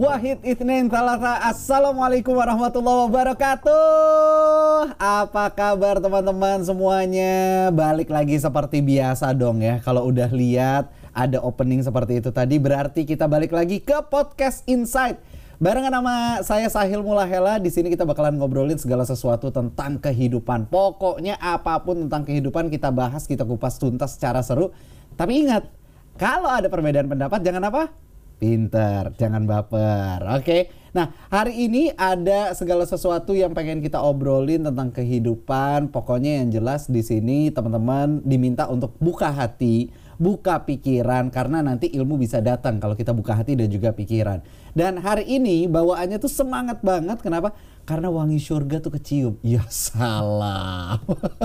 Wahid Itsnain Tsalatsa. Assalamualaikum warahmatullahi wabarakatuh. Apa kabar teman-teman semuanya? Balik lagi seperti biasa dong ya. Kalau udah lihat ada opening seperti itu tadi, berarti kita balik lagi ke Podcast Insight. Barengan sama saya Sahil Mulahela. Di sini kita bakalan ngobrolin segala sesuatu tentang kehidupan. Pokoknya apapun tentang kehidupan kita bahas, kita kupas tuntas secara seru. Tapi ingat, kalau ada perbedaan pendapat jangan apa? Pinter, jangan baper. Oke. Nah, hari ini ada segala sesuatu yang pengen kita obrolin tentang kehidupan. Pokoknya yang jelas di sini teman-teman diminta untuk buka hati, buka pikiran, karena nanti ilmu bisa datang kalau kita buka hati dan juga pikiran. Dan hari ini bawaannya tuh semangat banget. Kenapa? Karena wangi surga tuh kecium. Ya salah.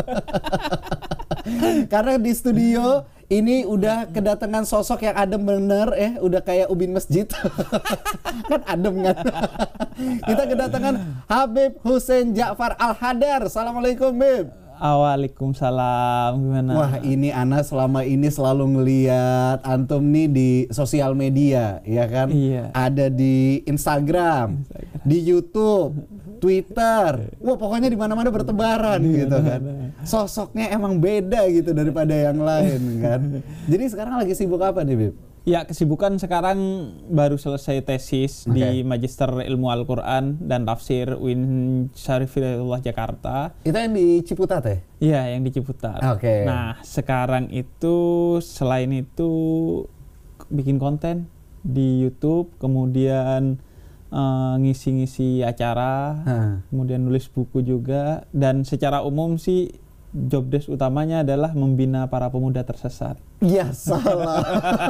Karena di studio ini udah kedatangan sosok yang adem bener ya, udah kayak ubin masjid. Kan adem kan. Kita kedatangan Habib Hussein Ja'far Al-Hadar. Assalamualaikum, Bib. Waalaikumsalam. Gimana? Wah, ini Ana selama ini selalu ngeliat antum nih di sosial media, ya kan? Iya. Ada di Instagram, di YouTube, Twitter. Wah, pokoknya di mana-mana bertebaran gitu kan. Sosoknya emang beda gitu daripada yang lain kan. Jadi sekarang lagi sibuk apa nih, Bib? Ya, kesibukan sekarang baru selesai tesis di Magister Ilmu Al-Quran dan Tafsir UIN Syarif Hidayatullah Jakarta. Itu yang di Ciputat ya? Iya, yang di Ciputat. Oke. Nah, sekarang itu selain itu bikin konten di YouTube, kemudian ngisi-ngisi acara, kemudian nulis buku juga, dan secara umum sih job desk utamanya adalah membina para pemuda tersesat. Ya salah.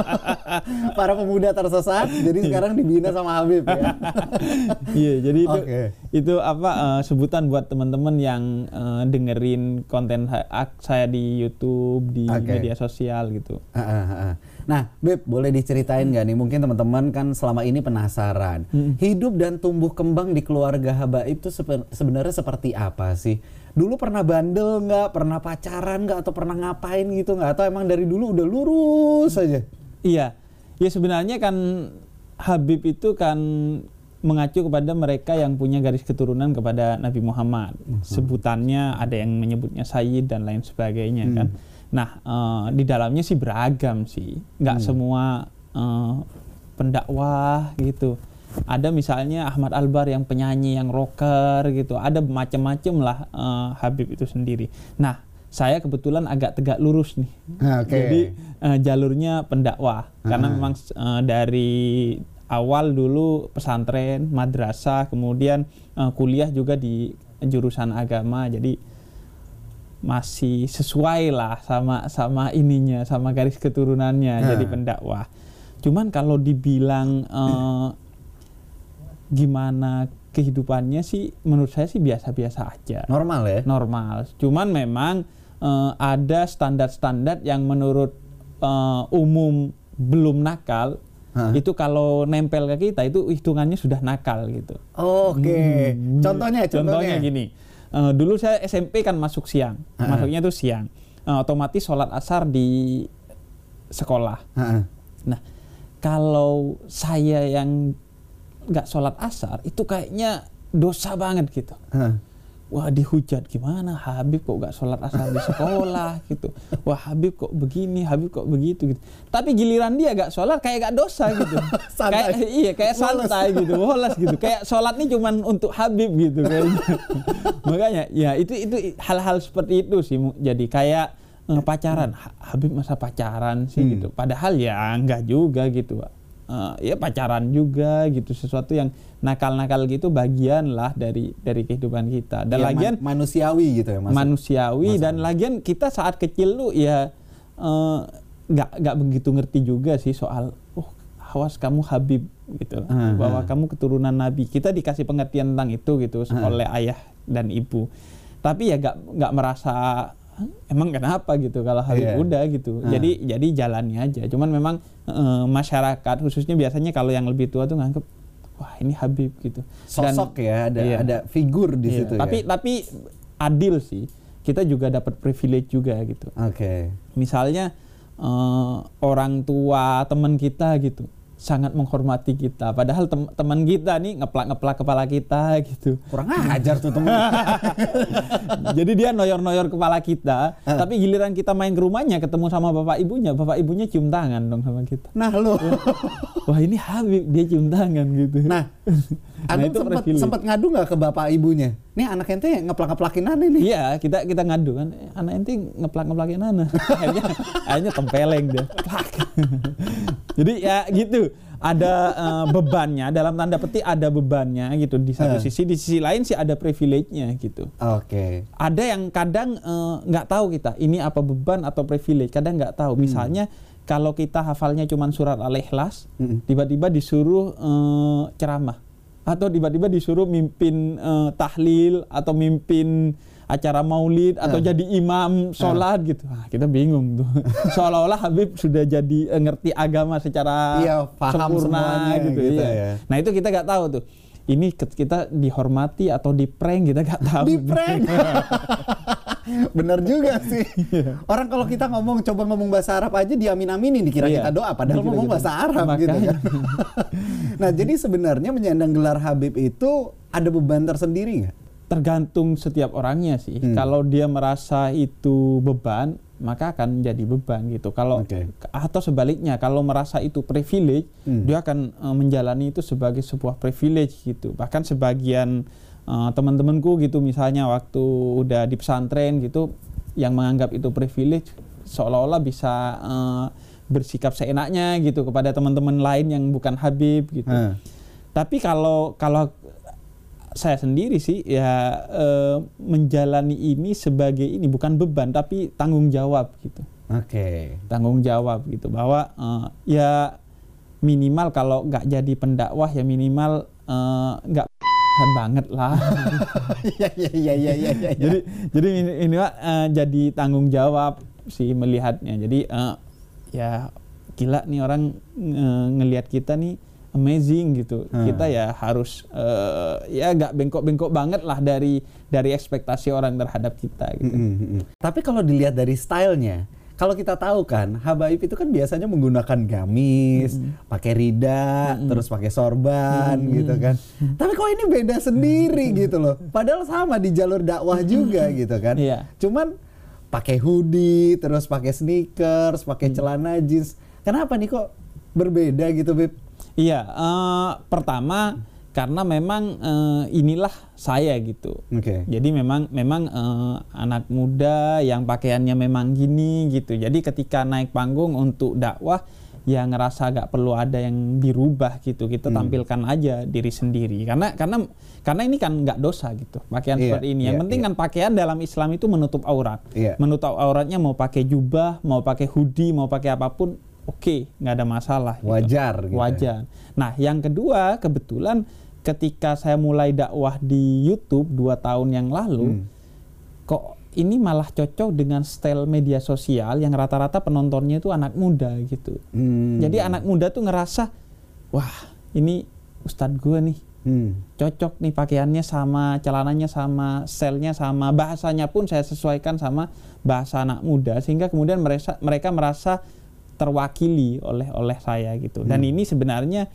Para pemuda tersesat, jadi sekarang dibina sama Habib ya. Iya, jadi itu apa sebutan buat teman-teman yang dengerin konten saya di YouTube, di media sosial gitu. Nah, Beb, boleh diceritain nggak nih? Mungkin teman-teman kan selama ini penasaran. Hidup dan tumbuh kembang di keluarga Habaib itu sebenarnya seperti apa sih? Dulu pernah bandel nggak? Pernah pacaran nggak? Atau pernah ngapain gitu nggak? Atau emang dari dulu udah lurus aja? Iya, ya sebenarnya kan Habib itu kan mengacu kepada mereka yang punya garis keturunan kepada Nabi Muhammad. Sebutannya ada yang menyebutnya Sayyid dan lain sebagainya kan. Nah, di dalamnya sih beragam sih. Nggak semua pendakwah gitu. Ada misalnya Ahmad Albar yang penyanyi, yang rocker gitu. Ada macam-macam lah Habib itu sendiri. Nah, saya kebetulan agak tegak lurus nih. Jadi jalurnya pendakwah. Karena memang dari awal dulu pesantren, madrasah, kemudian kuliah juga di jurusan agama. Jadi masih sesuai lah sama ininya, sama garis keturunannya jadi pendakwah. Cuman kalau dibilang gimana kehidupannya sih, menurut saya sih biasa-biasa aja. Normal ya? Normal. Cuman memang ada standar-standar yang menurut umum belum nakal. Itu kalau nempel ke kita itu hitungannya sudah nakal gitu. Oke. Contohnya gini. Dulu saya SMP kan masuk siang. Masuknya tuh siang. Otomatis sholat asar di sekolah. Nah, kalau saya yang nggak sholat asar itu kayaknya dosa banget gitu. Wah, dihujat, gimana Habib kok nggak sholat asar di sekolah gitu. Wah, Habib kok begini, Habib kok begitu gitu. Tapi giliran dia nggak sholat kayak nggak dosa gitu. Kayak santai gitu, woles gitu. Kayak sholat ini cuman untuk Habib gitu kayaknya. Makanya ya itu hal-hal seperti itu sih. Jadi kayak pacaran, Habib masa pacaran sih gitu. Padahal ya nggak juga gitu. Ya pacaran juga gitu, sesuatu yang nakal-nakal gitu bagian lah dari kehidupan kita. Dan ya, lagian manusiawi gitu ya, manusiawi. Dan lagian kita saat kecil lu ya nggak begitu ngerti juga sih soal awas kamu Habib gitu, bahwa kamu keturunan Nabi. Kita dikasih pengertian tentang itu gitu oleh ayah dan ibu. Tapi ya nggak merasa emang kenapa gitu kalau Habib udah gitu. Jadi jalannya aja. Cuman memang masyarakat khususnya biasanya kalau yang lebih tua tuh nganggep wah ini Habib gitu. Sosok ya, ada figur di situ. Tapi adil sih. Kita juga dapat privilege juga gitu. Misalnya orang tua teman kita gitu. sangat menghormati kita. Padahal teman kita nih ngeplak-ngeplak kepala kita gitu. Kurang ajar tuh teman. Jadi dia noyor-noyor kepala kita, tapi giliran kita main ke rumahnya ketemu sama bapak ibunya cium tangan dong sama kita. Nah lo, wah ini Habib, dia cium tangan gitu. Nah, antum sempat ngadu nggak ke bapak ibunya? Nih anak ente ngeplak-ngeplakin aneh nih. Iya, kita ngadu kan, anak ente ngeplak-ngeplakin aneh. akhirnya tempeleng dia. Jadi ya gitu, ada bebannya, dalam tanda petik ada bebannya gitu di satu sisi, di sisi lain sih ada privilege-nya gitu. Oke. Ada yang kadang nggak tahu kita ini apa beban atau privilege, kadang nggak tahu. Misalnya kalau kita hafalnya cuma surat Al-Ikhlas, tiba-tiba disuruh ceramah, atau tiba-tiba disuruh mimpin tahlil atau mimpin acara maulid atau jadi imam sholat gitu. Kita bingung tuh. Seolah-olah Habib sudah jadi ngerti agama secara sempurna gitu. Ya. Nah itu kita nggak tahu tuh. Ini kita dihormati atau di prank, kita nggak tahu. Di prank. Bener juga sih. Orang kalau kita coba ngomong bahasa Arab aja diamin-aminin, dikira kita doa, padahal ngomong bahasa Arab gitu kan. Nah jadi sebenarnya menyandang gelar Habib itu ada beban tersendiri nggak? Tergantung setiap orangnya sih. Kalau dia merasa itu beban, maka akan jadi beban gitu. Kalau atau sebaliknya, kalau merasa itu privilege, dia akan menjalani itu sebagai sebuah privilege gitu. Bahkan sebagian teman-temanku gitu, misalnya waktu udah di pesantren gitu, yang menganggap itu privilege, seolah-olah bisa bersikap seenaknya gitu kepada teman-teman lain yang bukan Habib gitu. Tapi kalau saya sendiri sih ya menjalani ini sebagai ini bukan beban tapi tanggung jawab gitu. Tanggung jawab gitu, bahwa ya minimal kalau nggak jadi pendakwah ya minimal nggak banget lah. Jadi ini jadi tanggung jawab sih melihatnya. Jadi ya gila nih orang ngelihat kita nih amazing gitu. Kita ya harus ya nggak bengkok-bengkok banget lah dari ekspektasi orang terhadap kita gitu. Tapi kalau dilihat dari stylenya, kalau kita tahu kan Habaib itu kan biasanya menggunakan gamis, pakai rida, terus pakai sorban gitu kan. Tapi kok ini beda sendiri gitu loh. Padahal sama di jalur dakwah juga gitu kan. Cuman pakai hoodie, terus pakai sneakers, pakai celana jeans. Kenapa nih kok berbeda gitu, Beb? Iya, pertama karena memang inilah saya gitu. Jadi memang anak muda yang pakaiannya memang gini gitu. Jadi ketika naik panggung untuk dakwah ya ngerasa gak perlu ada yang dirubah gitu. Kita tampilkan aja diri sendiri. Karena ini kan nggak dosa gitu. Pakaian seperti ini. Yang penting kan pakaian dalam Islam itu menutup aurat. Menutup auratnya mau pakai jubah, mau pakai hoodie, mau pakai apapun. Oke, nggak ada masalah. Wajar. Gitu. Wajar. Nah, yang kedua kebetulan ketika saya mulai dakwah di YouTube 2 tahun yang lalu, kok ini malah cocok dengan style media sosial yang rata-rata penontonnya itu anak muda gitu. Jadi anak muda tuh ngerasa, wah ini ustadz gue nih, cocok nih pakaiannya sama, celananya sama, stylenya sama, bahasanya pun saya sesuaikan sama bahasa anak muda, sehingga kemudian mereka merasa terwakili oleh saya gitu. Dan ini sebenarnya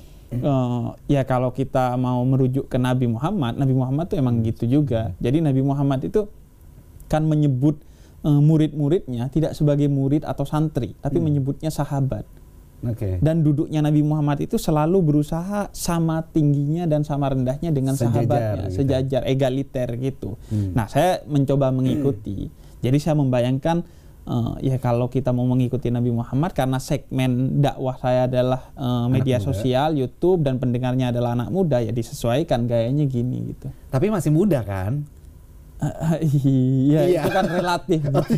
ya kalau kita mau merujuk ke Nabi Muhammad tuh emang gitu juga. Jadi Nabi Muhammad itu kan menyebut murid-muridnya tidak sebagai murid atau santri, tapi menyebutnya sahabat. Dan duduknya Nabi Muhammad itu selalu berusaha sama tingginya dan sama rendahnya dengan sahabatnya, sejajar, egaliter gitu. Nah, saya mencoba mengikuti. Jadi saya membayangkan ya kalau kita mau mengikuti Nabi Muhammad, karena segmen dakwah saya adalah media sosial, YouTube, dan pendengarnya adalah anak muda, ya disesuaikan gayanya gini gitu. Tapi masih muda kan? Iya, itu kan relatif.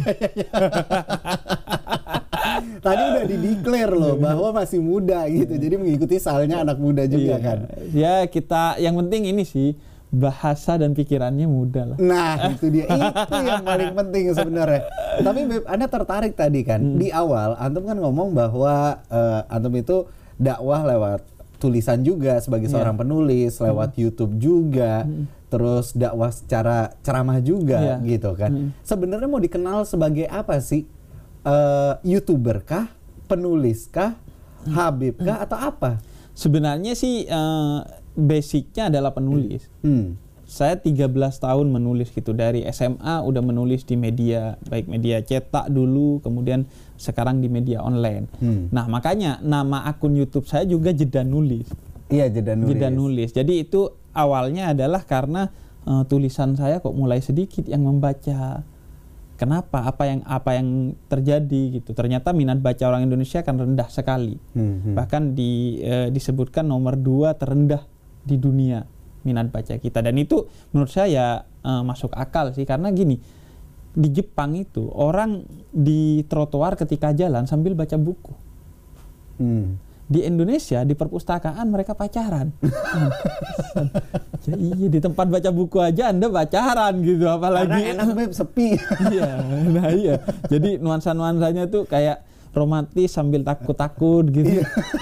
Tadi udah di-declare loh bahwa masih muda gitu, jadi mengikuti stylenya anak muda juga kan? Ya kita, yang penting ini sih, bahasa dan pikirannya muda lah. Nah itu dia, itu yang paling penting sebenarnya. Tapi Beb, Anda tertarik tadi kan di awal Antum kan ngomong bahwa Antum itu dakwah lewat tulisan juga sebagai seorang penulis, lewat YouTube juga, terus dakwah secara ceramah juga gitu kan. Sebenarnya mau dikenal sebagai apa sih? YouTuber kah, penulis kah, Habib kah, atau apa? Sebenarnya sih basicnya adalah penulis. Saya 13 tahun menulis gitu, dari SMA udah menulis di media, baik media cetak dulu, kemudian sekarang di media online. Nah makanya nama akun YouTube saya juga Jeda Nulis. Iya, Jeda Nulis. Jadi itu awalnya adalah karena tulisan saya kok mulai sedikit yang membaca. Kenapa? Apa yang terjadi gitu? Ternyata minat baca orang Indonesia kan rendah sekali. Bahkan disebutkan nomor 2 terendah di dunia minat baca kita, dan itu menurut saya masuk akal sih, karena gini, di Jepang itu orang di trotoar ketika jalan sambil baca buku. Di Indonesia di perpustakaan mereka pacaran. Ya, iya, di tempat baca buku aja Anda pacaran gitu, apalagi karena enak sepi. Iya, nah iya. Jadi nuansa-nuansanya tuh kayak romantis sambil takut-takut gitu.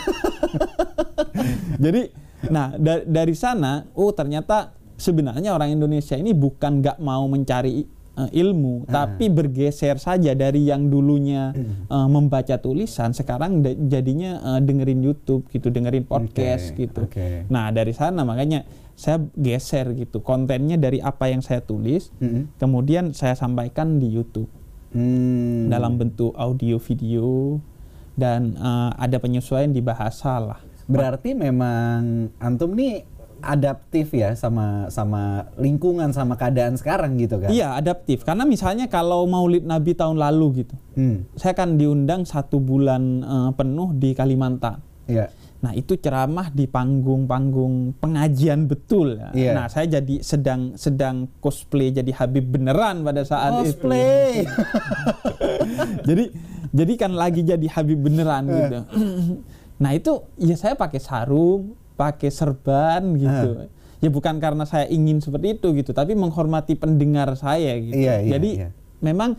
Jadi nah, dari sana, ternyata sebenarnya orang Indonesia ini bukan nggak mau mencari ilmu, tapi bergeser saja dari yang dulunya membaca tulisan, sekarang jadinya dengerin YouTube gitu, dengerin podcast gitu. Nah, dari sana makanya saya geser gitu, kontennya dari apa yang saya tulis, kemudian saya sampaikan di YouTube dalam bentuk audio video, dan ada penyesuaian di bahasa lah. Berarti memang antum nih adaptif ya sama lingkungan, sama keadaan sekarang gitu kan? Iya, adaptif. Karena misalnya kalau Maulid Nabi tahun lalu gitu, saya kan diundang 1 bulan penuh di Kalimantan. Iya. Nah, itu ceramah di panggung pengajian betul. Iya. Nah, saya jadi sedang cosplay jadi Habib beneran pada saat cosplay. itu. jadi kan lagi jadi Habib beneran gitu. Nah, itu ya saya pakai sarung, pakai serban gitu. Ya bukan karena saya ingin seperti itu gitu, tapi menghormati pendengar saya gitu. Jadi memang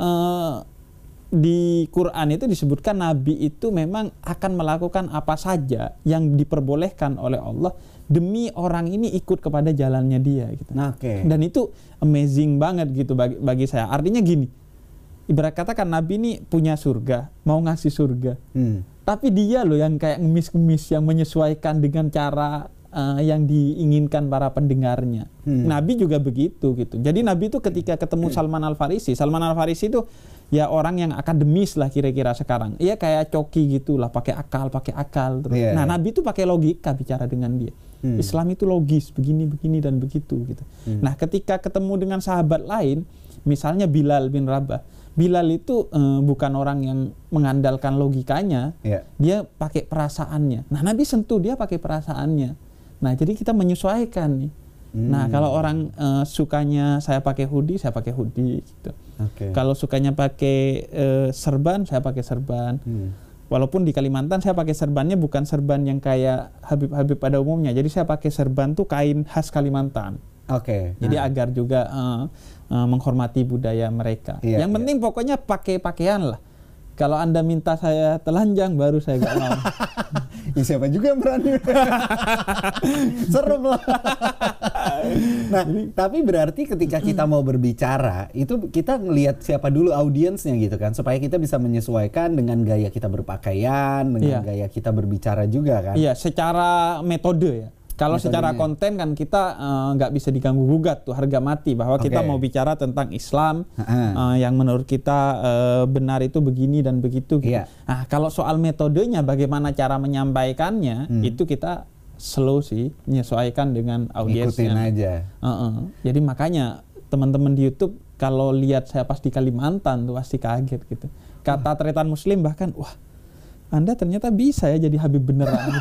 di Quran itu disebutkan Nabi itu memang akan melakukan apa saja yang diperbolehkan oleh Allah demi orang ini ikut kepada jalannya dia gitu. Dan itu amazing banget gitu bagi saya. Artinya gini, ibarat kata kan Nabi ini punya surga, mau ngasih surga. Tapi dia loh yang kayak ngemis-ngemis, yang menyesuaikan dengan cara yang diinginkan para pendengarnya. Nabi juga begitu gitu. Jadi Nabi itu ketika ketemu Salman Al-Farisi itu ya orang yang akademis lah kira-kira sekarang. Iya kayak coki gitulah, pakai akal terus. Nah, Nabi itu pakai logika bicara dengan dia. Islam itu logis, begini dan begitu gitu. Nah, ketika ketemu dengan sahabat lain, misalnya Bilal bin Rabah. Bilal itu bukan orang yang mengandalkan logikanya, dia pakai perasaannya. Nah, Nabi sentuh dia pakai perasaannya. Nah, jadi kita menyesuaikan nih. Nah, kalau orang sukanya saya pakai hoodie, saya pakai hoodie gitu. Kalau sukanya pakai serban, saya pakai serban. Walaupun di Kalimantan saya pakai serbannya bukan serban yang kayak Habib-Habib pada umumnya. Jadi saya pakai serban tuh kain khas Kalimantan. Jadi agar juga menghormati budaya mereka. Yang penting pokoknya pakai pakaian lah. Kalau Anda minta saya telanjang baru saya gak mau. Ya siapa juga yang berani. Serem lah. Nah, tapi berarti ketika kita mau berbicara, itu kita ngelihat siapa dulu audiensnya gitu kan, supaya kita bisa menyesuaikan dengan gaya kita berpakaian, dengan gaya kita berbicara juga kan. Iya, secara metode ya. Kalau secara konten kan kita nggak bisa diganggu gugat tuh, harga mati bahwa kita mau bicara tentang Islam yang menurut kita benar itu begini dan begitu gitu. Nah, kalau soal metodenya bagaimana cara menyampaikannya itu kita slow sih, menyesuaikan dengan audiensnya. Ikutin aja. Jadi makanya teman-teman di YouTube kalau lihat saya pas di Kalimantan tuh pasti kaget gitu. Kata Tretan Muslim bahkan, wah Anda ternyata bisa ya jadi Habib beneran.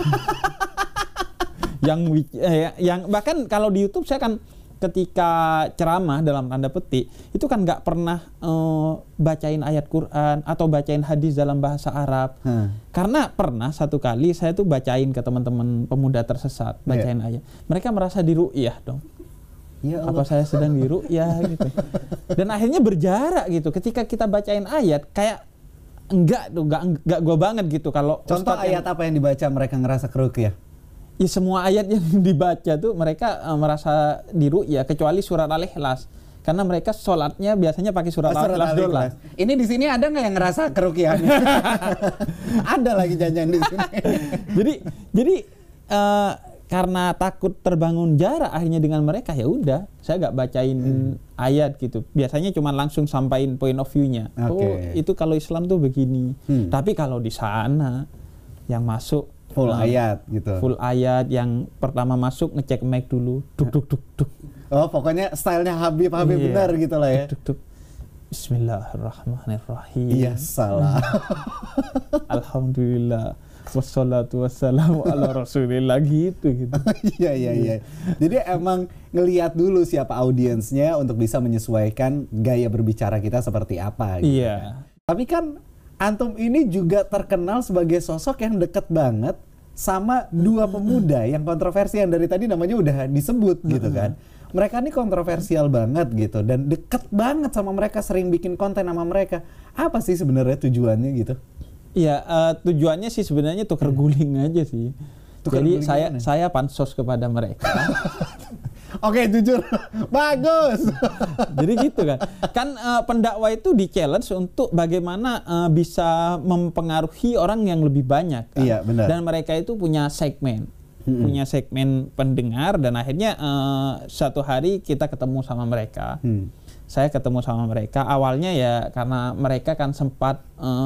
yang bahkan kalau di YouTube saya kan ketika ceramah dalam tanda petik itu kan nggak pernah bacain ayat Quran atau bacain hadis dalam bahasa Arab. Karena pernah satu kali saya tuh bacain ke teman-teman pemuda tersesat, bacain ayat, mereka merasa diru'yah dong. Ya Allah. Apa saya sedang diru'yah gitu. Dan akhirnya berjarak gitu ketika kita bacain ayat, kayak enggak gue banget gitu. Kalau contoh ayat apa yang dibaca mereka ngerasa keruqyah? Ya semua ayat yang dibaca tuh mereka merasa diru'yah, kecuali surat Al-Ikhlas. Karena mereka sholatnya biasanya pakai surat Al-Ikhlas dulu. Ini di sini ada nggak yang ngerasa keruqyahnya? Ada lagi janjian di sini. Jadi karena takut terbangun jarak akhirnya dengan mereka, ya udah saya nggak bacain ayat gitu. Biasanya cuma langsung sampaikan point of view-nya. Oh itu kalau Islam tuh begini. Tapi kalau di sana yang masuk full ayat gitu. Full ayat, yang pertama masuk ngecek mic dulu, duk. Oh pokoknya stylenya Habib benar gitu lah ya. Duk. Bismillahirrahmanirrahim. Iya salah. Alhamdulillah. Wassalatu wassalamu ala rasulillah gitu. Iya. Jadi emang ngelihat dulu siapa audiensnya untuk bisa menyesuaikan gaya berbicara kita seperti apa gitu. Iya. Tapi kan antum ini juga terkenal sebagai sosok yang deket banget sama dua pemuda yang kontroversi yang dari tadi namanya udah disebut gitu kan. Mereka ini kontroversial banget gitu dan deket banget sama mereka, sering bikin konten sama mereka. Apa sih sebenarnya tujuannya gitu? Iya, tujuannya sih sebenarnya tukar guling aja sih. Jadi saya pansos kepada mereka. Oke, jujur. Bagus. Jadi gitu kan. Kan pendakwa itu di-challenge untuk bagaimana bisa mempengaruhi orang yang lebih banyak kan? Iya, benar. Dan mereka itu punya segmen. Punya segmen pendengar, dan akhirnya suatu hari kita ketemu sama mereka. Saya ketemu sama mereka, awalnya ya karena mereka kan sempat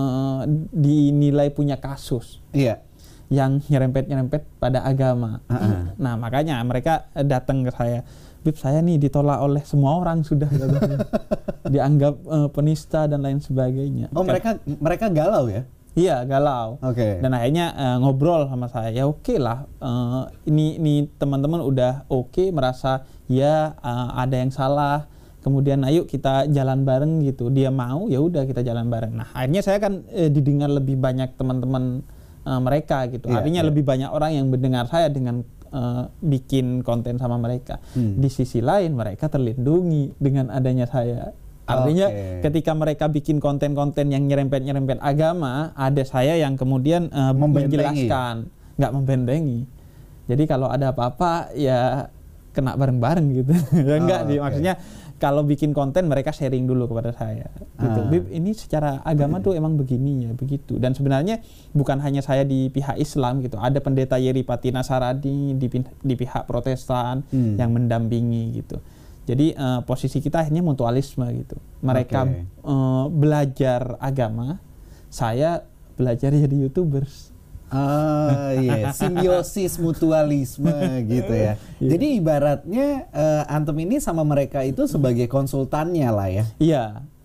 dinilai punya kasus. Iya. Yang nyerempet pada agama. Nah makanya mereka datang ke saya, Bib saya nih ditolak oleh semua orang sudah. Dianggap penista dan lain sebagainya. Oh mereka galau ya? Iya galau. Oke. Dan akhirnya ngobrol sama saya, ya oke lah. Ini teman-teman udah oke, merasa ya ada yang salah. Kemudian ayo kita jalan bareng gitu. Dia mau, ya udah kita jalan bareng. Nah akhirnya saya kan didengar lebih banyak teman-teman mereka gitu. Artinya lebih banyak orang yang mendengar saya dengan bikin konten sama mereka. Di sisi lain mereka terlindungi dengan adanya saya. Artinya ketika mereka bikin konten-konten yang nyerempet-nyerempet agama, ada saya yang kemudian menjelaskan, nggak membentengi. Jadi kalau ada apa-apa ya kena bareng-bareng gitu. Ya enggak sih, maksudnya kalau bikin konten mereka sharing dulu kepada saya gitu. Bib ini secara agama tuh emang begini ya, begitu. Dan sebenarnya bukan hanya saya di pihak Islam gitu, ada pendeta Yeripati Nasaradi di pihak Protestan yang mendampingi gitu. Jadi posisi kita akhirnya mutualisme gitu. Mereka belajar agama, saya belajar jadi YouTubers. Iya, simbiosis mutualisme gitu ya. Jadi ibaratnya antum ini sama mereka itu sebagai konsultannya lah ya. Iya,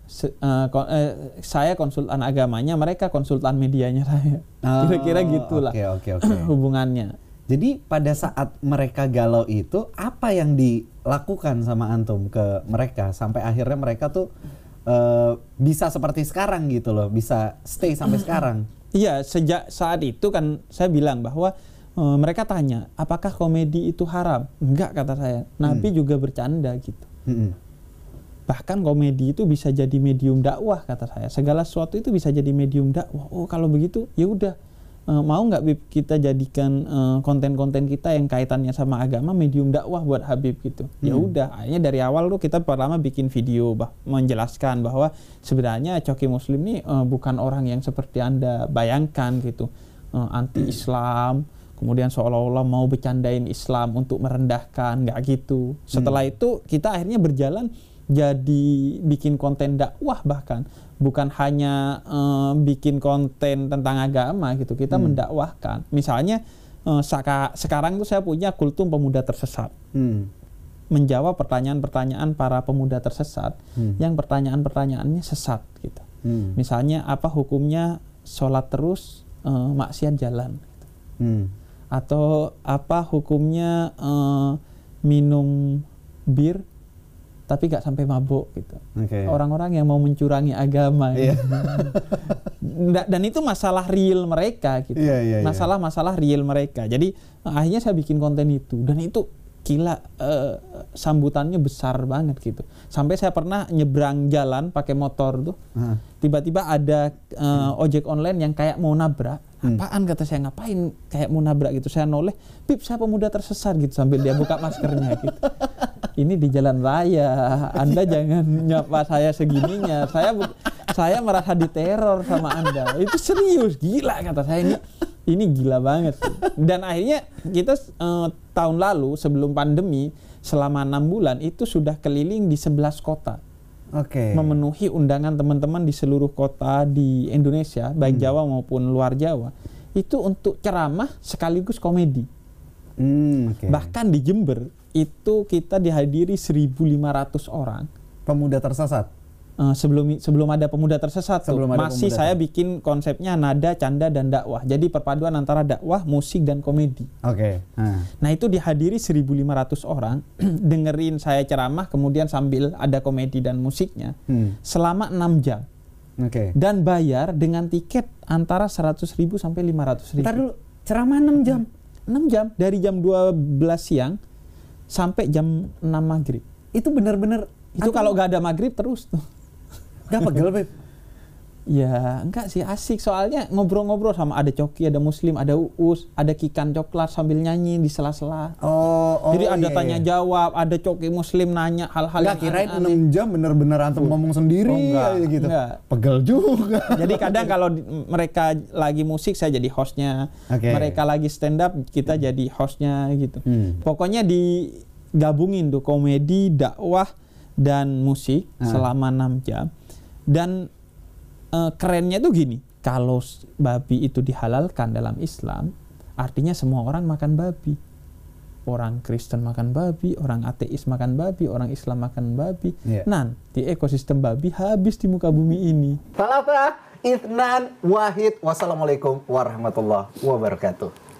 saya konsultan agamanya, mereka konsultan medianya saya. Kira-kira gitulah hubungannya. Jadi pada saat mereka galau itu apa yang dilakukan sama antum ke mereka sampai akhirnya mereka tuh bisa seperti sekarang gitu loh, bisa stay sampai sekarang? Iya, sejak saat itu kan saya bilang bahwa mereka tanya, apakah komedi itu haram? Enggak, kata saya. Nabi juga bercanda gitu. Bahkan komedi itu bisa jadi medium dakwah, kata saya. Segala sesuatu itu bisa jadi medium dakwah. Oh, kalau begitu ya udah. Mau nggak Bib kita jadikan konten-konten kita yang kaitannya sama agama medium dakwah buat Habib gitu. Ya udah, akhirnya dari awal tuh kita pertama bikin video menjelaskan bahwa sebenarnya Coki Muslim ini bukan orang yang seperti Anda bayangkan gitu, anti Islam, kemudian seolah-olah mau bercandain Islam untuk merendahkan, nggak gitu. Setelah itu kita akhirnya berjalan jadi bikin konten dakwah, bahkan bukan hanya bikin konten tentang agama gitu, kita mendakwahkan. Misalnya sekarang tuh saya punya Kultum Pemuda Tersesat, menjawab pertanyaan-pertanyaan para pemuda tersesat yang pertanyaan-pertanyaannya sesat gitu. Misalnya apa hukumnya sholat terus maksiat jalan gitu. Atau apa hukumnya minum bir tapi gak sampai mabuk gitu. Orang-orang yang mau mencurangi agama gitu. Dan itu masalah real mereka gitu. Masalah-masalah real mereka. Jadi akhirnya saya bikin konten itu, dan itu gila, sambutannya besar banget gitu. Sampai saya pernah nyebrang jalan pakai motor tuh, tiba-tiba ada ojek online yang kayak mau nabrak. Apaan, kata saya, ngapain kayak mau nabrak gitu. Saya noleh, Bib saya pemuda tersesat gitu, sambil dia buka maskernya gitu. Ini di jalan raya, Anda jangan nyapa saya segininya. Saya merasa diteror sama Anda. Itu serius, gila, kata saya, ini Ini gila banget. Dan akhirnya kita tahun lalu sebelum pandemi selama 6 bulan itu sudah keliling di 11 kota. Memenuhi undangan teman-teman di seluruh kota di Indonesia, baik Jawa maupun luar Jawa. Itu untuk ceramah sekaligus komedi. Bahkan di Jember itu kita dihadiri 1.500 orang. Pemuda tersesat? Sebelum ada pemuda tersesat masih pemuda saya bikin konsepnya nada, canda, dan dakwah. Jadi perpaduan antara dakwah, musik, dan komedi. Nah itu dihadiri 1.500 orang dengerin saya ceramah, kemudian sambil ada komedi dan musiknya selama 6 jam. Dan bayar dengan tiket antara 100.000 sampai 500.000. Ntar dulu, ceramah 6 jam? 6 jam, dari jam 12 siang sampai jam 6 maghrib. Itu benar-benar... Itu kalau gak ada maghrib terus tuh. Gak pegel, Beb? Ya enggak sih, asik. Soalnya ngobrol-ngobrol sama ada Coki, ada Muslim, ada Uus, ada Kikan Coklat sambil nyanyi di sela-sela. Jadi ada tanya jawab, ada Coki Muslim nanya hal-hal yang kirain 6 jam bener-bener antum ngomong sendiri gitu. Enggak. Pegel juga. Jadi kadang kalau mereka lagi musik saya jadi hostnya, mereka lagi stand up kita jadi hostnya gitu. Pokoknya digabungin tuh komedi, dakwah, dan musik selama 6 jam. Dan kerennya tuh gini, kalau babi itu dihalalkan dalam Islam, artinya semua orang makan babi. Orang Kristen makan babi, orang ateis makan babi, orang Islam makan babi. Nanti ekosistem babi habis di muka bumi ini. Salata, Ithnan, Wahid. Wassalamualaikum warahmatullahi wabarakatuh.